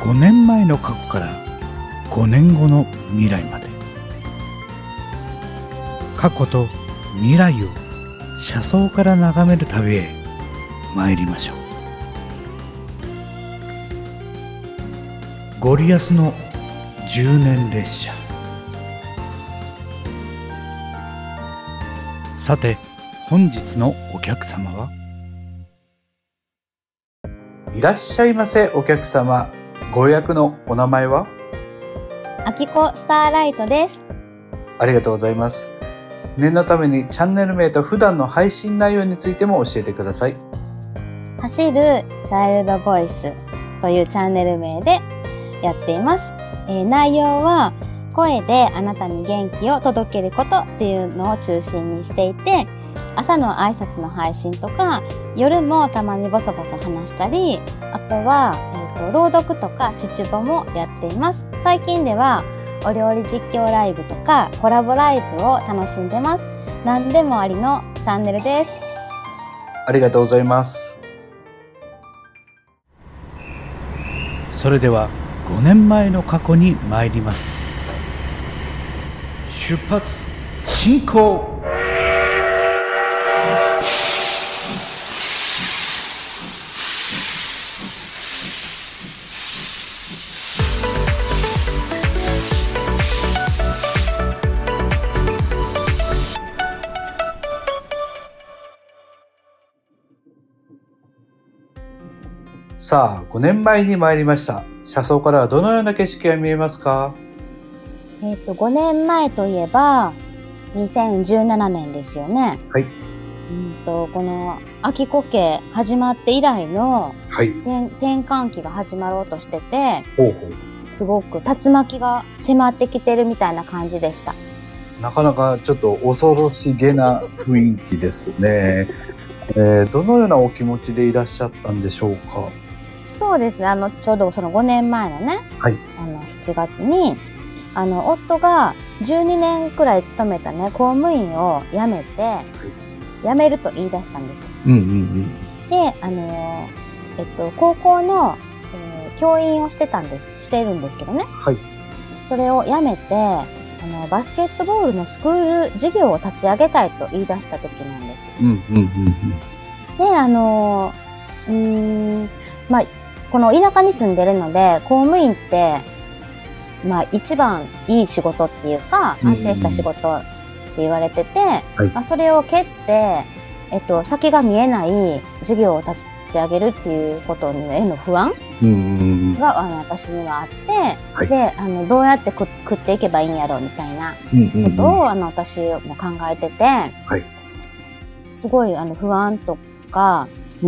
5年前の過去から5年後の未来まで、過去と未来を車窓から眺める旅へ参りましょう。ゴリアスの10年列車。さて本日のお客様は、いらっしゃいませ。お客様、ご予約のお名前は？ あきこスターライトです。 ありがとうございます。念のためにチャンネル名と普段の配信内容についても教えてください。 走るチャイルドボイスというチャンネル名でやっています。内容は声であなたに元気を届けることっていうのを中心にしていて、朝の挨拶の配信とか、夜もたまにボソボソ話したり、あとは、朗読とか七五もやっています。最近ではお料理実況ライブとかコラボライブを楽しんでます。何でもありのチャンネルです。 ありがとうございます。それでは5年前の過去に参ります。出発進行。さあ、5年前に参りました。車窓からはどのような景色が見えますか ？5年前といえば、2017年ですよね。 はい。 この、秋子家始まって以来の、 はい。 転換期が始まろうとしてて、 ほうほう。 すごく竜巻が迫ってきてるみたいな感じでした。 なかなかちょっと恐ろしげな雰囲気ですね。どのようなお気持ちでいらっしゃったんでしょうか？ そうですね。ちょうどその5年前のね、 はい。 7月に、夫が12年くらい勤めたね、公務員を辞めて、はい、辞めると言い出したんです。 うんうんうん。 で、高校の、教員をしているんですけどね。はい。それを辞めて、バスケットボールのスクール事業を立ち上げたいと言い出した時なんです。 うんうんうんうん。で、まあ、この田舎に住んでるので、公務員って、まあ一番いい仕事っていうか、安定した仕事って言われてて、はい、まあ、それを蹴って、先が見えない事業を立ち上げるっていうことへの不安が、私にはあって、はい、で、どうやって食っていけばいいんやろうみたいなことを、私も考えてて、はい、すごい、不安とか、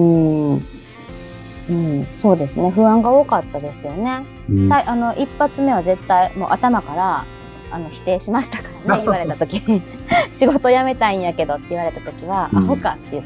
そうですね。不安が多かったですよね。一発目は絶対、もう頭から、否定しましたからね、言われたときに。仕事辞めたいんやけどって言われたときは、アホかって言って。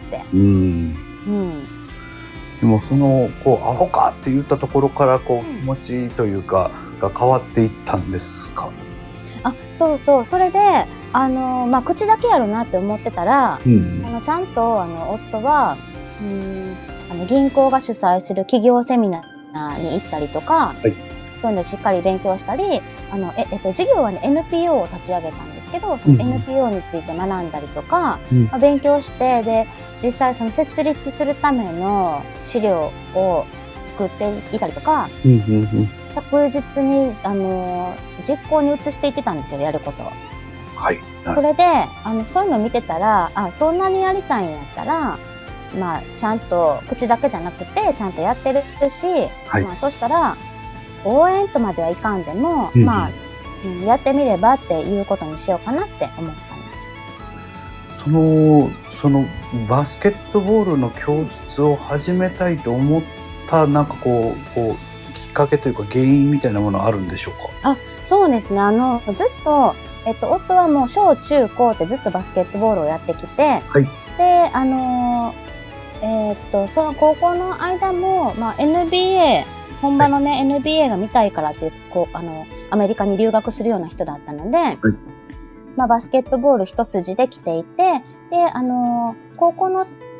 でもアホかって言ったところから、気持ちというか、が変わっていったんですか？ そうそう。それで、まあ、口だけやろなって思ってたら、ちゃんと、夫は、銀行が主催する企業セミナーに行ったりとか、はい、そういうのしっかり勉強したり、事業はね、NPO を立ち上げたんですけど、その NPO について学んだりとか、勉強して、で、実際その設立するための資料を作っていたりとか、着実に、実行に移していってたんですよ、やることを。はい。それで、そういうのを見てたら、そんなにやりたいんやったら、まあ、ちゃんと、口だけじゃなくて、ちゃんとやってるし、はい、まあ、そしたら、応援とまではいかんでも、まあ、やってみればっていうことにしようかなって思ったの。その、バスケットボールの教室を始めたいと思った、なんかきっかけというか原因みたいなものあるんでしょうか？ そうですね。ずっと、夫はもう小中高ってずっとバスケットボールをやってきて、はい、で、その高校の間も、まあ、NBA、本場のね、はい、NBA が見たいからって、アメリカに留学するような人だったので、はい、まあ、バスケットボール一筋で来ていて、で、高校の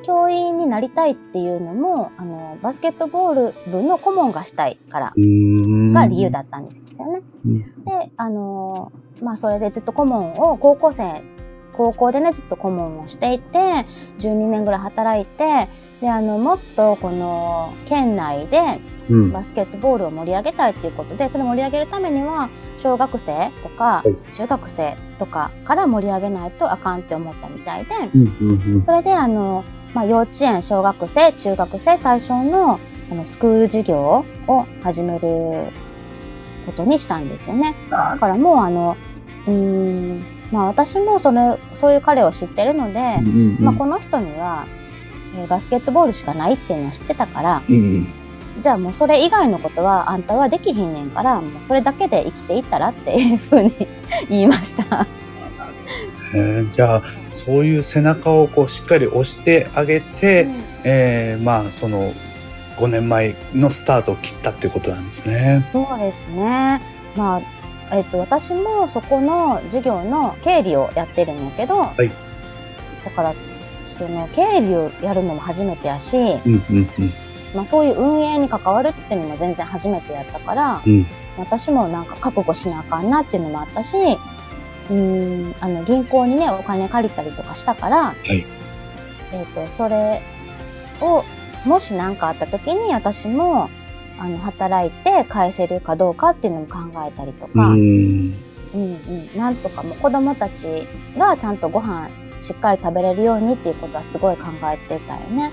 教員になりたいっていうのも、バスケットボール部の顧問がしたいからが理由だったんですよね。で、それでずっと顧問を高校でね、ずっと顧問をしていて、12年ぐらい働いて、で、もっとこの県内でバスケットボールを盛り上げたいっていうことで、それ盛り上げるためには、小学生とか、中学生とかから盛り上げないとあかんって思ったみたいで、それで幼稚園、小学生、中学生対象のスクール事業を始めることにしたんですよね。だからもう私もそういう彼を知ってるので、この人には、バスケットボールしかないっていうのを知ってたから、じゃあもうそれ以外のことはあんたはできひんねんから、もうそれだけで生きていったらっていうふうに言いました。 じゃあ、そういう背中をこうしっかり押してあげて、その5年前のスタートを切ったっていうことなんですね。 そうですね。私もそこの事業の経理をやってるんやけど、だから、その経理をやるのも初めてやし、そういう運営に関わるっていうのも全然初めてやったから、私もなんか覚悟しなあかんなっていうのもあったし、銀行にね、お金借りたりとかしたから、それを、もし何かあった時に私も、働いて返せるかどうかっていうのも考えたりとか、なんとかも子供たちがちゃんとご飯しっかり食べれるようにっていうことはすごい考えてたよね。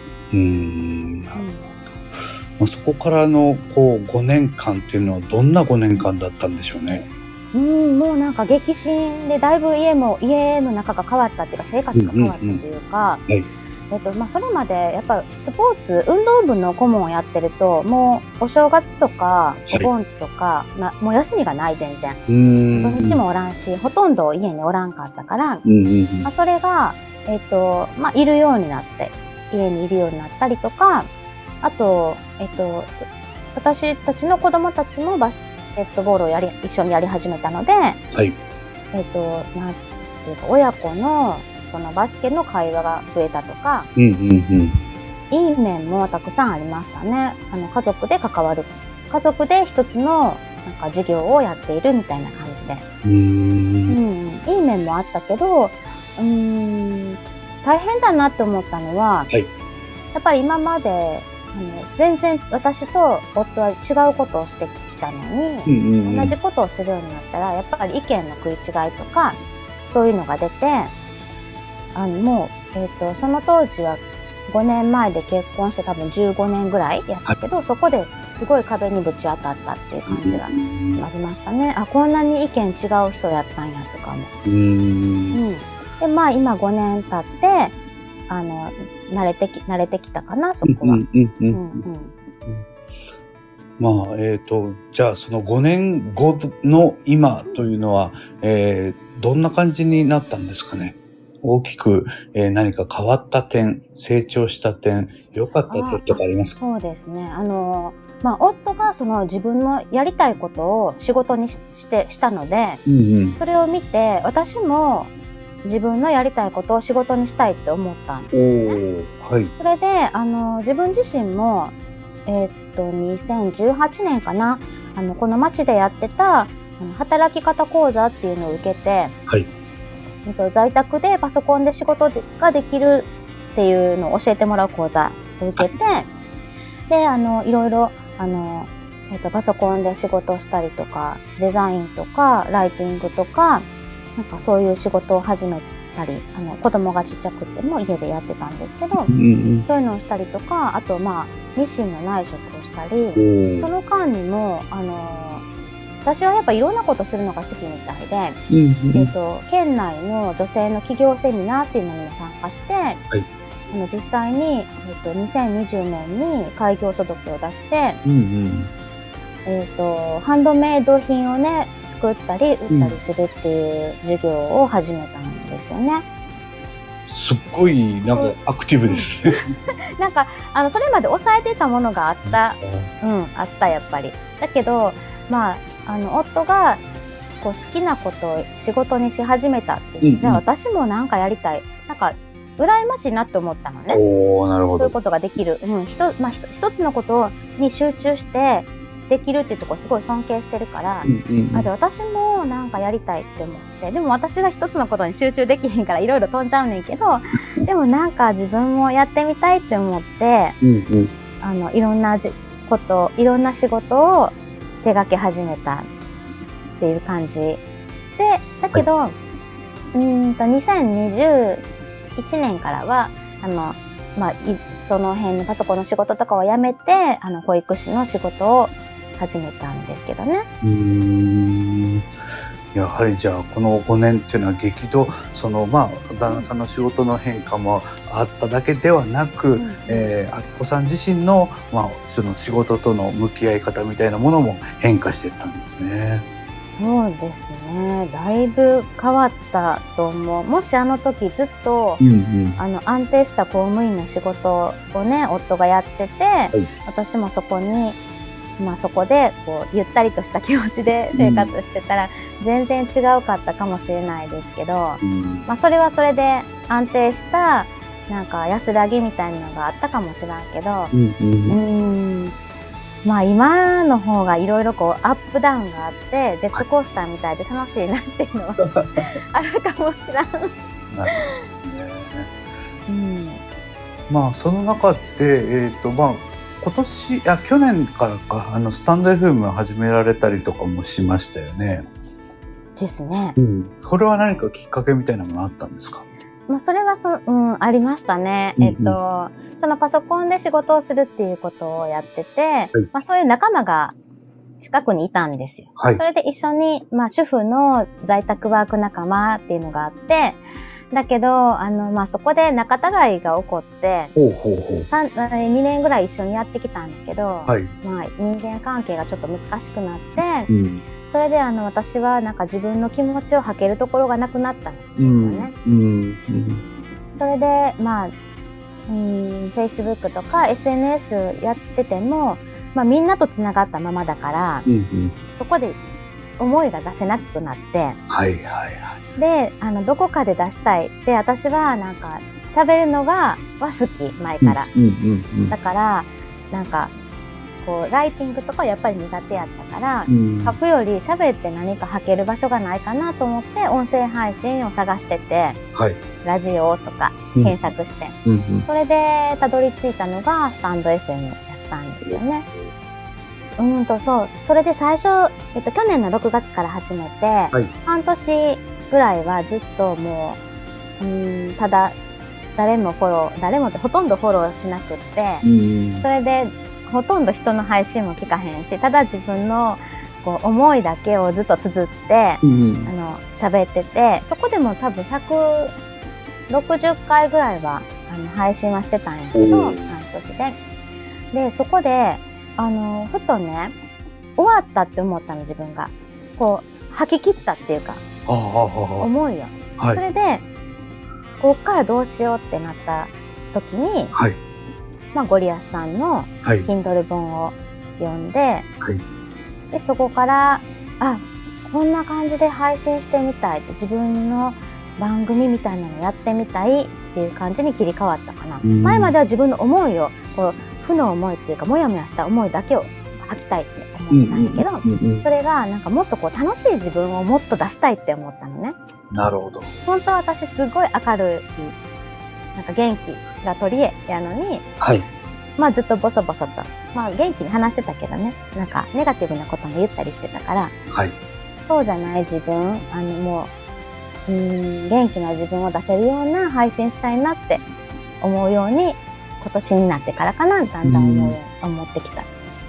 そこからのこう5年間っていうのはどんな5年間だったんでしょうね。 もうなんか激震でだいぶ家の中が変わったっていうか生活が変わったというか、それまでやっぱスポーツ、運動部の顧問をやってると、もうお正月とかお盆とか、もう休みがない全然。土日もおらんし、ほとんど家におらんかったから、それが、いるようになって、家にいるようになったりとか、あと、私たちの子供たちもバスケットボールを一緒にやり始めたので、親子のそのバスケの会話が増えたとか、いい面もたくさんありましたね。家族で関わる。家族で一つのなんか授業をやっているみたいな感じで。いい面もあったけど、大変だなって思ったのは、やっぱり今まで、全然私と夫は違うことをしてきたのに、同じことをするようになったら、やっぱり意見の食い違いとか、そういうのが出て、その当時は5年前で結婚して多分15年ぐらいやったけど、そこですごい壁にぶち当たったっていう感じがありましたね。こんなに意見違う人やったんやとかも。で、今5年経って、慣れてきたかな、そこは。 じゃあその5年後の今というのは、どんな感じになったんですかね。大きく、何か変わった点、成長した点、良かった点とかありますか？ そうですね。夫がその自分のやりたいことを仕事にしたので、それを見て、私も自分のやりたいことを仕事にしたいって思ったんですね。それで、自分自身も、2018年かな、この町でやってた、働き方講座っていうのを受けて、在宅でパソコンで仕事ができるっていうのを教えてもらう講座を受けて、で、いろいろ、パソコンで仕事をしたりとか、デザインとか、ライティングとか、なんかそういう仕事を始めたり、子供がちっちゃくっても家でやってたんですけど、そういうのをしたりとか、あとミシンの内職をしたり、その間にも、私はやっぱいろんなことするのが好きみたいで、県内の女性の企業セミナーっていうのにも参加して、実際に、2020年に開業届を出して、ハンドメイド品をね、作ったり売ったりするっていう事業を始めたんですよね。 すっごい、なんかアクティブですね。 なんか、それまで抑えてたものがあった。あった、やっぱり。だけど、夫がこう好きなことを仕事にし始めたっていう、じゃあ私もなんかやりたい。なんか羨ましいなって思ったのね。 おー、なるほど。 そういうことができる。一つのことに集中してできるっていうところすごい尊敬してるから、じゃあ私もなんかやりたいって思って、でも私が一つのことに集中できへんからいろいろ飛んじゃうねんけど、でもなんか自分もやってみたいって思って、いろんないろんな仕事を手掛け始めたっていう感じ。で、だけど、2021年からは、その辺のパソコンの仕事とかを辞めて、保育士の仕事を始めたんですけどね。 やはりじゃあこの5年っていうのは激動、旦那さんの仕事の変化もあっただけではなく、あきこさん自身の、その仕事との向き合い方みたいなものも変化していったんですね。 そうですね。だいぶ変わったと思う。もしあの時ずっと、安定した公務員の仕事をね、夫がやってて、私もそこに、そこで、ゆったりとした気持ちで生活してたら、全然違うかったかもしれないですけど、それはそれで安定した、なんか安らぎみたいなのがあったかもしらんけど、今の方がいろいろアップダウンがあって、ジェットコースターみたいで楽しいなっていうのはあるかもしらん。なるほどね。その中で、去年からか、スタンド FM を始められたりとかもしましたよね。 ですね。 これは何かきっかけみたいなものあったんですか？ それはありましたね。そのパソコンで仕事をするっていうことをやってて、そういう仲間が近くにいたんですよ。それで一緒に、主婦の在宅ワーク仲間っていうのがあって、だけど、そこで仲違いが起こって、2年ぐらい一緒にやってきたんだけど、人間関係がちょっと難しくなって、それで私はなんか自分の気持ちを吐けるところがなくなったんですよね。それで、Facebook とか SNS やってても、みんなと繋がったままだから、そこで思いが出せなくなって、で、どこかで出したい。で、私はなんか喋るのは好き、前から。だから、なんか、ライティングとかやっぱり苦手やったから、書くより喋って何か吐ける場所がないかなと思って、音声配信を探してて、ラジオとか検索して、それでたどり着いたのがスタンド FM やったんですよね。そう。それで最初、去年の6月から始めて、半年ぐらいはずっともう、ただ、誰もってほとんどフォローしなくって、それで、ほとんど人の配信も聞かへんし、ただ自分の思いだけをずっと綴って、喋ってて、そこでも多分160回ぐらいは、配信はしてたんやけど、半年で。で、そこで、ふとね、終わったって思ったの、自分が。吐き切ったっていうか、思いよ。それで、こっからどうしようってなった時に、ゴリアスさんの Kindle 本を読んで、で、そこから、こんな感じで配信してみたいって、自分の番組みたいなのやってみたいっていう感じに切り替わったかな。前までは自分の思いを、負の思いっていうか、もやもやした思いだけを吐きたいって思ったんだけど、それがなんかもっと楽しい自分をもっと出したいって思ったのね。 なるほど。 本当は私すごい明るい、なんか元気が取り柄やのに、ずっとボソボソと、元気に話してたけどね、なんかネガティブなことも言ったりしてたから、そうじゃない自分、元気な自分を出せるような配信したいなって思うように、今年になってからかな、だんだん思ってきた。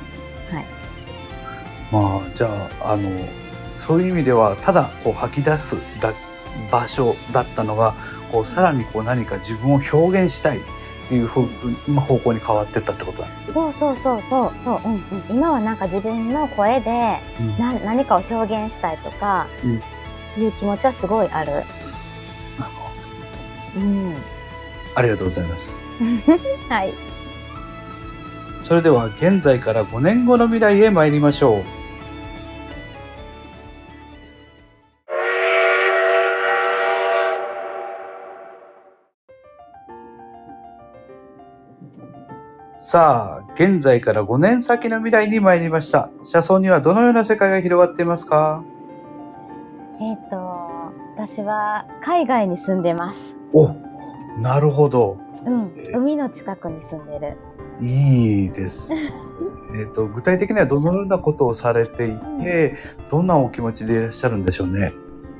じゃあ、そういう意味では、ただ吐き出す場所だったのが、さらに何か自分を表現したいっていう方向に変わってったってことなんですか？ そう。今はなんか自分の声で、何かを表現したいとか、いう気持ちはすごいある。なるほど。ありがとうございます。 はい。 それでは現在から5年後の未来へ参りましょう。 さあ、現在から5年先の未来に参りました。車窓にはどのような世界が広がっていますか？ 私は海外に住んでます。 お、なるほど。 海の近くに住んでる。 いいです。具体的にはどのようなことをされていて、どんなお気持ちでいらっしゃるんでしょうね。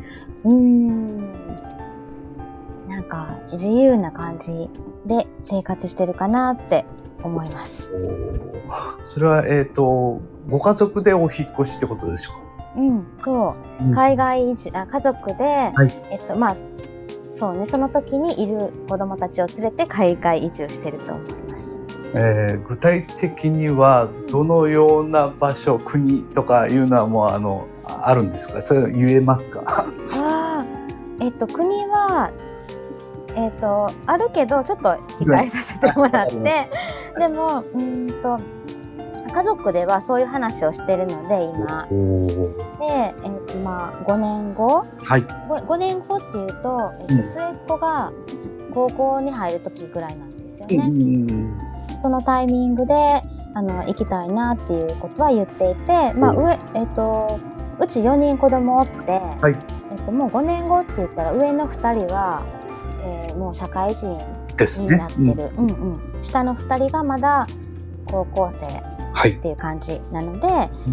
なんか自由な感じで生活してるかなって思います。 それは、ご家族でお引っ越しってことでしょうか？ そう。海外移住、家族で、そうね、その時にいる子供たちを連れて海外移住してると思います。 具体的にはどのような場所、国とかいうのはもうあるんですか？それ言えますか？ 国は、あるけど、ちょっと控えさせてもらって、でも、家族ではそういう話をしてるので、今。で、5年後、5年後っていうと、末っ子が高校に入る時ぐらいなんですよね。そのタイミングで、行きたいなっていうことは言っていて、うち4人子供おって、もう5年後って言ったら上の2人は、もう社会人になってる。下の2人がまだ高校生っていう感じなので、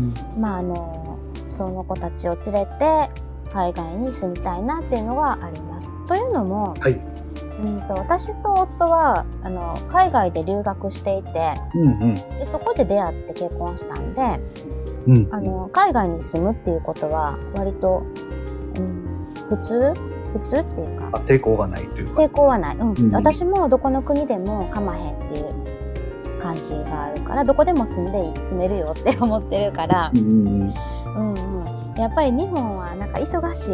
その子たちを連れて海外に住みたいなっていうのがあります。というのも、私と夫は海外で留学していて、でそこで出会って結婚したんで、海外に住むっていうことは割と、普通っていうか抵抗がないというか。 抵抗はない。私もどこの国でも構わへんっていう感じがあるから、どこでも住めるよって思ってるから、やっぱり日本はなんか忙しい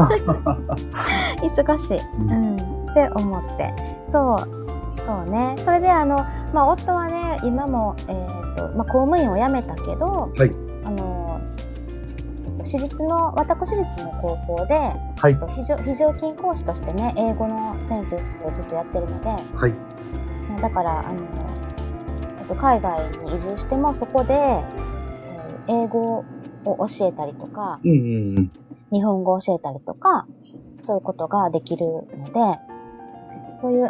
忙しい、って思って、そうね。それで夫はね、今も公務員を辞めたけど、私立の高校で、非常勤講師としてね、英語の先生をずっとやってるので、だから海外に移住してもそこで、英語を教えたりとか、日本語を教えたりとか、そういうことができるので、そういう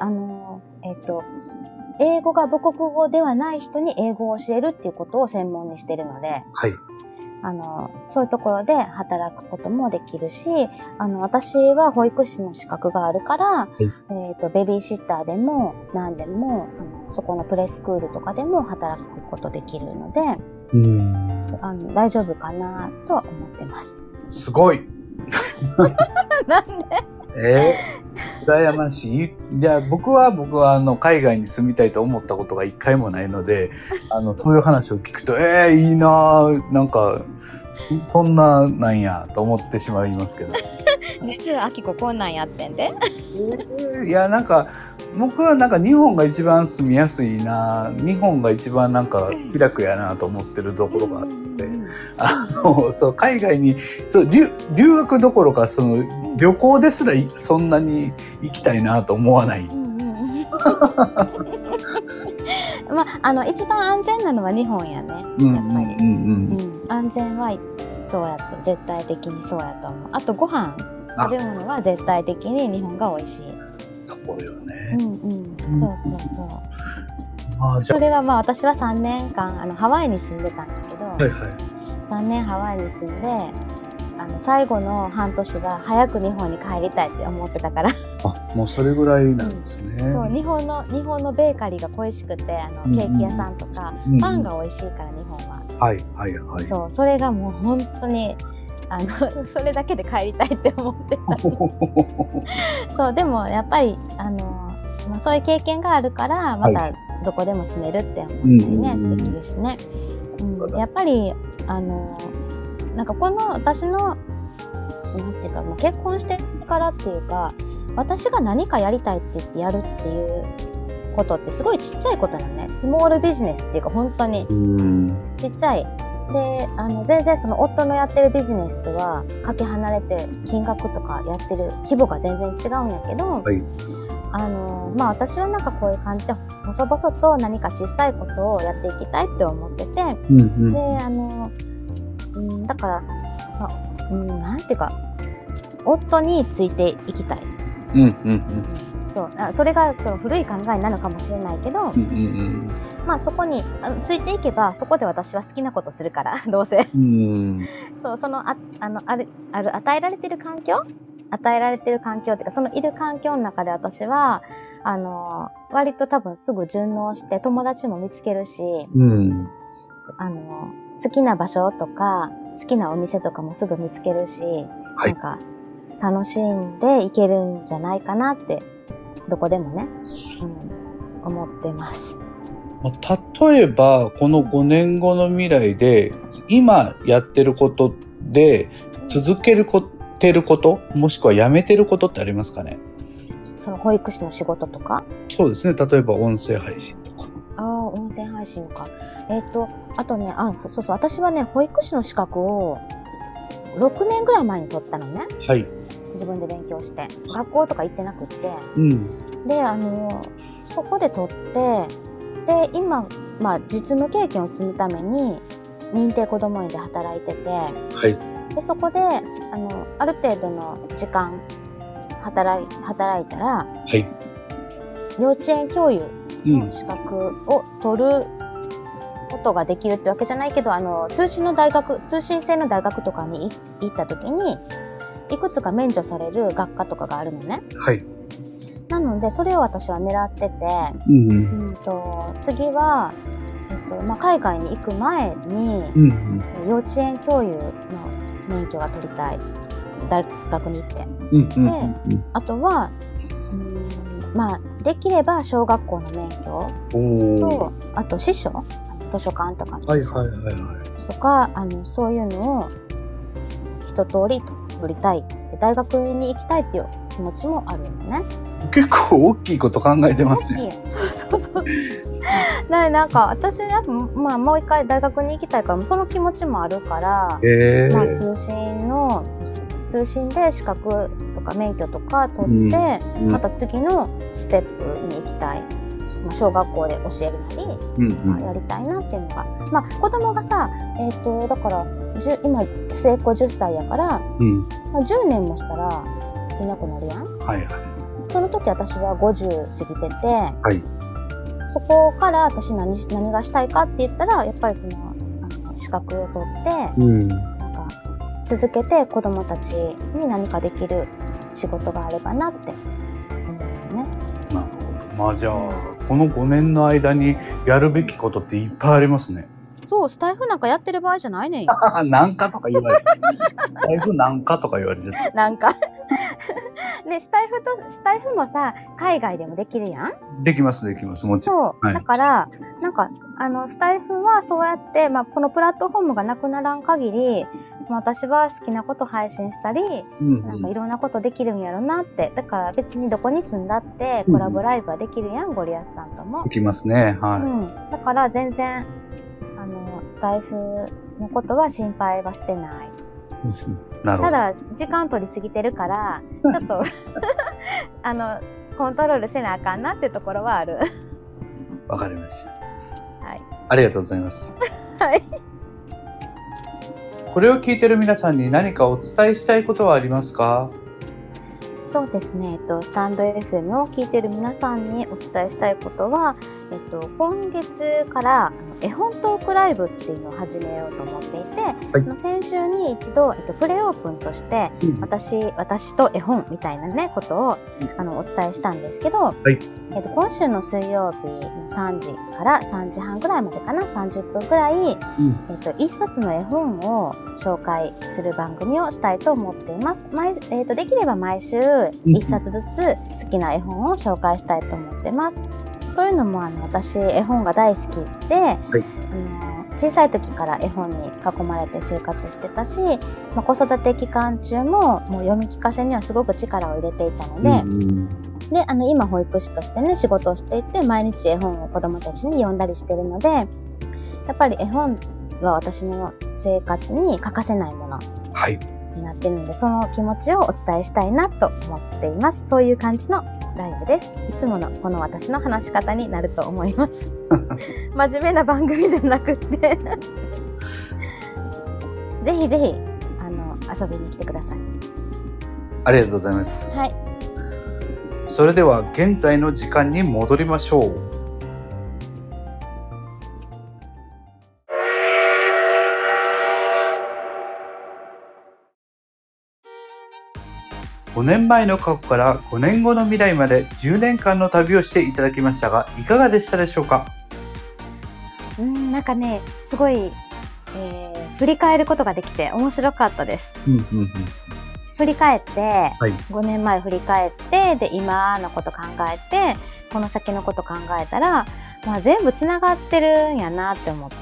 英語が母国語ではない人に英語を教えるっていうことを専門にしているので、そういうところで働くこともできるし、私は保育士の資格があるから、ベビーシッターでも何でも、そこのプレスクールとかでも働くことできるので、大丈夫かなとは思ってます。 すごいなんで羨ましい。じゃあ僕は海外に住みたいと思ったことが一回もないので、そういう話を聞くと、いいなぁ、なんか、そんななんや、と思ってしまいますけど。 実は、あきここんなんやってんで。 いや、なんか、僕はなんか日本が一番住みやすいな、日本が一番なんか気楽やなと思ってるところがあって、海外に、留学どころか、旅行ですらそんなに行きたいなと思わない。一番安全なのは日本やね。やっぱり。安全はそうやと、絶対的にそうやと思う。あとご飯、食べ物は絶対的に日本が美味しい。 そうよね。 そう。それは私は3年間ハワイに住んでたんだけど、3年ハワイに住んで、最後の半年は早く日本に帰りたいって思ってたから。 もうそれぐらいなんですね。 そう、日本のベーカリーが恋しくて、ケーキ屋さんとか、パンが美味しいから日本は。そう、それがもう本当に、それだけで帰りたいって思ってた。そう、でもやっぱり、そういう経験があるから、またどこでも住めるって思ったりね、できるしね。やっぱり、なんか私の、なんていうか、結婚してからっていうか、私が何かやりたいって言ってやるっていうことってすごいちっちゃいことなのね。スモールビジネスっていうか本当にちっちゃい。で、全然その夫のやってるビジネスとはかけ離れて金額とかやってる規模が全然違うんやけど、 まあ私はなんかこういう感じで、細々と何か小さいことをやっていきたいって思ってて、 うんうん、 で、だから、なんていうか、夫についていきたい。 うんうんうん。 そう。それがその古い考えなのかもしれないけど、 うんうんうん、 まあそこについていけば、そこで私は好きなことするから、どうせ。 うん、 そう、与えられてる環境っていうか、そのいる環境の中で私は、割と多分すぐ順応して友達も見つけるし、 うん、 好きな場所とか、好きなお店とかもすぐ見つけるし、 はい、 なんか、楽しんでいけるんじゃないかなって、どこでもね、思ってます。 例えば、この5年後の未来で、今やってることで、続けてること、もしくはやめてることってありますかね？ その保育士の仕事とか？ そうですね。例えば音声配信とか。 音声配信か。あとね、そうそう、私はね、保育士の資格を6年ぐらい前に取ったのね。 はい。 自分で勉強して。学校とか行ってなくって。 うん。 で、そこで取って、で、今、まあ、実務経験を積むために、認定こども園で働いてて、 はい。 で、そこで、ある程度の時間、働いたら、 はい。 幼稚園教諭の資格を取ることができるってわけじゃないけど、通信制の大学とかに行った時に、いくつか免除される学科とかがあるのね。 はい。 なので、それを私は狙ってて、次は、まあ、海外に行く前に、幼稚園教諭の免許が取りたい。大学に行って。で、あとは、まあ、できれば小学校の免許と、あと司書、図書館とかの司書とか、そういうのを一通り取りたい。大学に行きたいっていう気持ちもあるのね。 結構大きいこと考えてますね。 そう。なんか、私やっぱ、まあ、もう一回大学に行きたいから、その気持ちもあるから、まあ、通信で資格とか免許とか取って、また次のステップに行きたい。まあ、小学校で教えるなり、まあ、やりたいなっていうのが。まあ、子供がさ、だから、今、末っ子10歳やから、まあ、10年もしたらいなくなるやん。 はいはい。 その時私は50過ぎてて、はい、そこから私何がしたいかって言ったら、やっぱりその、資格を取って、なんか、続けて子供たちに何かできる仕事があればなって思うよね。 なるほど。まあじゃあ、この5年の間にやるべきことっていっぱいありますね。 そう、スタイフなんかやってる場合じゃないねんよ。 なんかとか言われて。スタイフなんかとか言われてた。 なんか。ね、スタイフもさ、海外でもできるやん？ できます、もちろん。 そう。はい、だから、なんか、スタイフはそうやって、まあ、このプラットフォームがなくならん限り、私は好きなこと配信したり、なんかいろんなことできるんやろなって。だから別にどこに住んだってコラボライブはできるやん、ゴリアスさんとも。 できますね、はい。 だから全然、スタイフのことは心配はしてない。 なるほど。 ただ、時間取りすぎてるから、ちょっと、コントロールせなあかんなってところはある。 わかりました。 はい。 ありがとうございます。 はい。 これを聞いてる皆さんに何かお伝えしたいことはありますか？ そうですね。スタンド FM を聞いてる皆さんにお伝えしたいことは、今月から絵本トークライブっていうのを始めようと思っていて、はい、先週に一度、プレオープンとして、私と絵本みたいなね、ことを、お伝えしたんですけど、はい、今週の水曜日の3時から3時半ぐらいまでかな、30分ぐらい、一冊の絵本を紹介する番組をしたいと思っています。できれば毎週一冊ずつ好きな絵本を紹介したいと思ってます。というのも私絵本が大好きで、はい、小さい時から絵本に囲まれて生活してたし、子育て期間中ももう読み聞かせにはすごく力を入れていたので、で今保育士としてね仕事をしていて毎日絵本を子供たちに読んだりしてるので、やっぱり絵本は私の生活に欠かせないものになってるので、その気持ちをお伝えしたいなと思っています。そういう感じのライブです。いつものこの私の話し方になると思います。真面目な番組じゃなくってぜひぜひ遊びに来てください。 ありがとうございます。 はい。 それでは現在の時間に戻りましょう。5年前の過去から5年後の未来まで10年間の旅をしていただきましたが、いかがでしたでしょうか？ なんかね、すごい、振り返ることができて面白かったです。振り返って、はい、5年前振り返って、で、今のこと考えて、この先のこと考えたら、まあ、全部つながってるんやなって思った。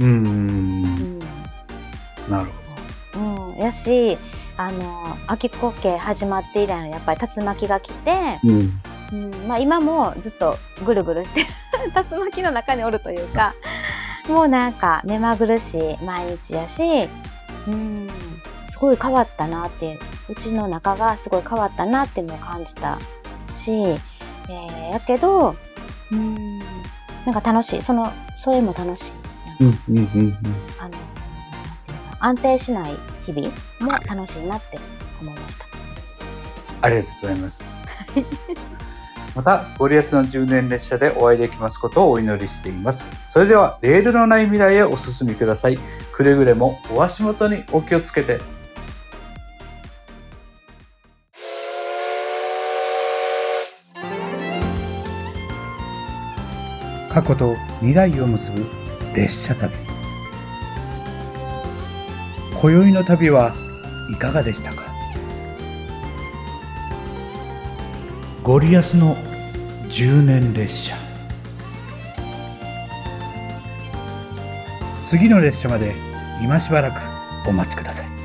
なるほど。 やし、秋子家始まって以来のやっぱり竜巻が来て、まあ今もずっとぐるぐるして竜巻の中におるというか、もうなんか目まぐるしい毎日やし、すごい変わったなって、うちの中がすごい変わったなっていうのを感じたし、やけど、なんか楽しい、それも楽しい。安定しない日々も楽しいなって思いました。 ありがとうございます。また、ゴリアスの10年列車でお会いできますことをお祈りしています。それでは、レールのない未来へお進みください。くれぐれもお足元にお気をつけて。過去と未来を結ぶ列車旅。今宵の旅はいかがでしたか？ゴリアスの10年列車。次の列車まで今しばらくお待ちください。